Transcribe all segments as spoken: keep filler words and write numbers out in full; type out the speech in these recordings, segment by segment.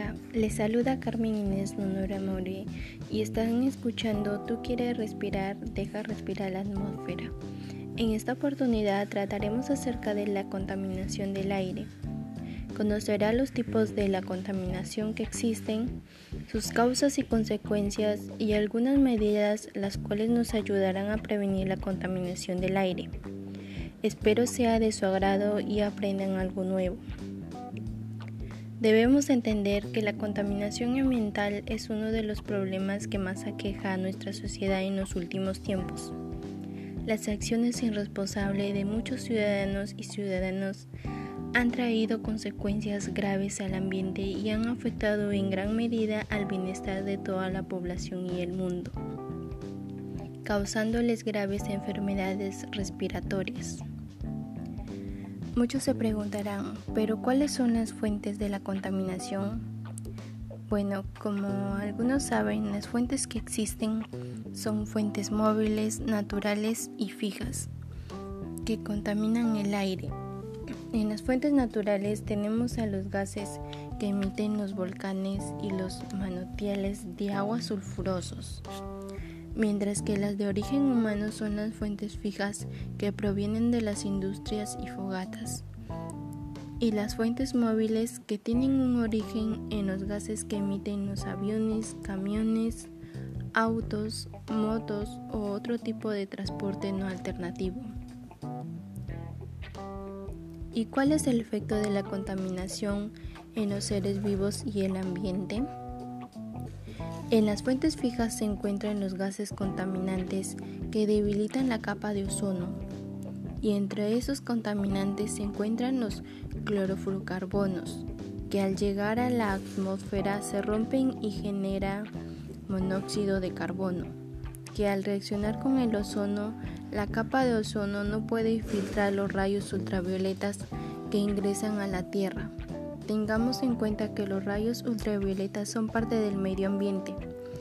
Hola, les saluda Carmen Inés Nonora More y están escuchando Tú quieres respirar, deja respirar la atmósfera. En esta oportunidad trataremos acerca de la contaminación del aire. Conocerá los tipos de la contaminación que existen, sus causas y consecuencias y algunas medidas las cuales nos ayudarán a prevenir la contaminación del aire. Espero sea de su agrado y aprendan algo nuevo. Debemos entender que la contaminación ambiental es uno de los problemas que más aqueja a nuestra sociedad en los últimos tiempos. Las acciones irresponsables de muchos ciudadanos y ciudadanas han traído consecuencias graves al ambiente y han afectado en gran medida al bienestar de toda la población y el mundo, causándoles graves enfermedades respiratorias. Muchos se preguntarán, ¿pero cuáles son las fuentes de la contaminación? Bueno, como algunos saben, las fuentes que existen son fuentes móviles, naturales y fijas, que contaminan el aire. En las fuentes naturales tenemos a los gases que emiten los volcanes y los manantiales de agua sulfurosos, mientras que las de origen humano son las fuentes fijas que provienen de las industrias y fogatas, y las fuentes móviles que tienen un origen en los gases que emiten los aviones, camiones, autos, motos o otro tipo de transporte no alternativo. ¿Y cuál es el efecto de la contaminación en los seres vivos y el ambiente? En las fuentes fijas se encuentran los gases contaminantes que debilitan la capa de ozono, y entre esos contaminantes se encuentran los clorofluorocarbonos, que al llegar a la atmósfera se rompen y generan monóxido de carbono, que al reaccionar con el ozono, la capa de ozono no puede filtrar los rayos ultravioletas que ingresan a la Tierra. Tengamos en cuenta que los rayos ultravioletas son parte del medio ambiente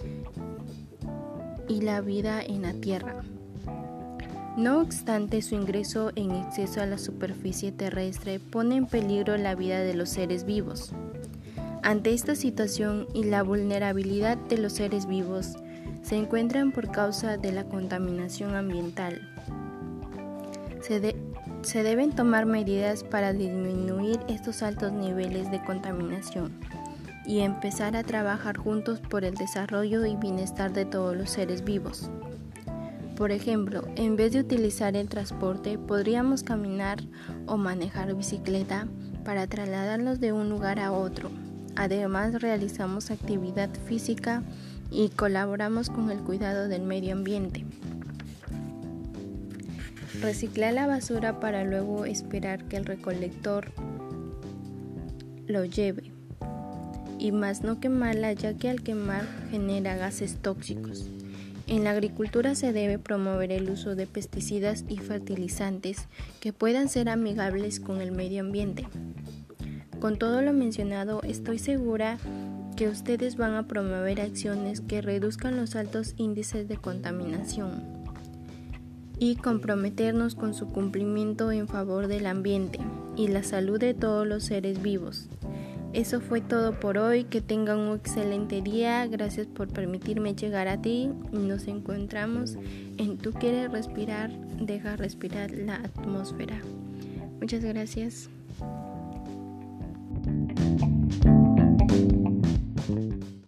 y la vida en la Tierra. No obstante, su ingreso en exceso a la superficie terrestre pone en peligro la vida de los seres vivos. Ante esta situación y la vulnerabilidad de los seres vivos se encuentran por causa de la contaminación ambiental. Se de Se deben tomar medidas para disminuir estos altos niveles de contaminación y empezar a trabajar juntos por el desarrollo y bienestar de todos los seres vivos. Por ejemplo, en vez de utilizar el transporte, podríamos caminar o manejar bicicleta para trasladarnos de un lugar a otro. Además, realizamos actividad física y colaboramos con el cuidado del medio ambiente. Reciclar la basura para luego esperar que el recolector lo lleve, y más no quemarla, ya que al quemar genera gases tóxicos. En la agricultura se debe promover el uso de pesticidas y fertilizantes que puedan ser amigables con el medio ambiente. Con todo lo mencionado, estoy segura que ustedes van a promover acciones que reduzcan los altos índices de contaminación y comprometernos con su cumplimiento en favor del ambiente y la salud de todos los seres vivos. Eso fue todo por hoy, que tengan un excelente día, gracias por permitirme llegar a ti y nos encontramos en Tú quieres respirar, deja respirar la atmósfera. Muchas gracias.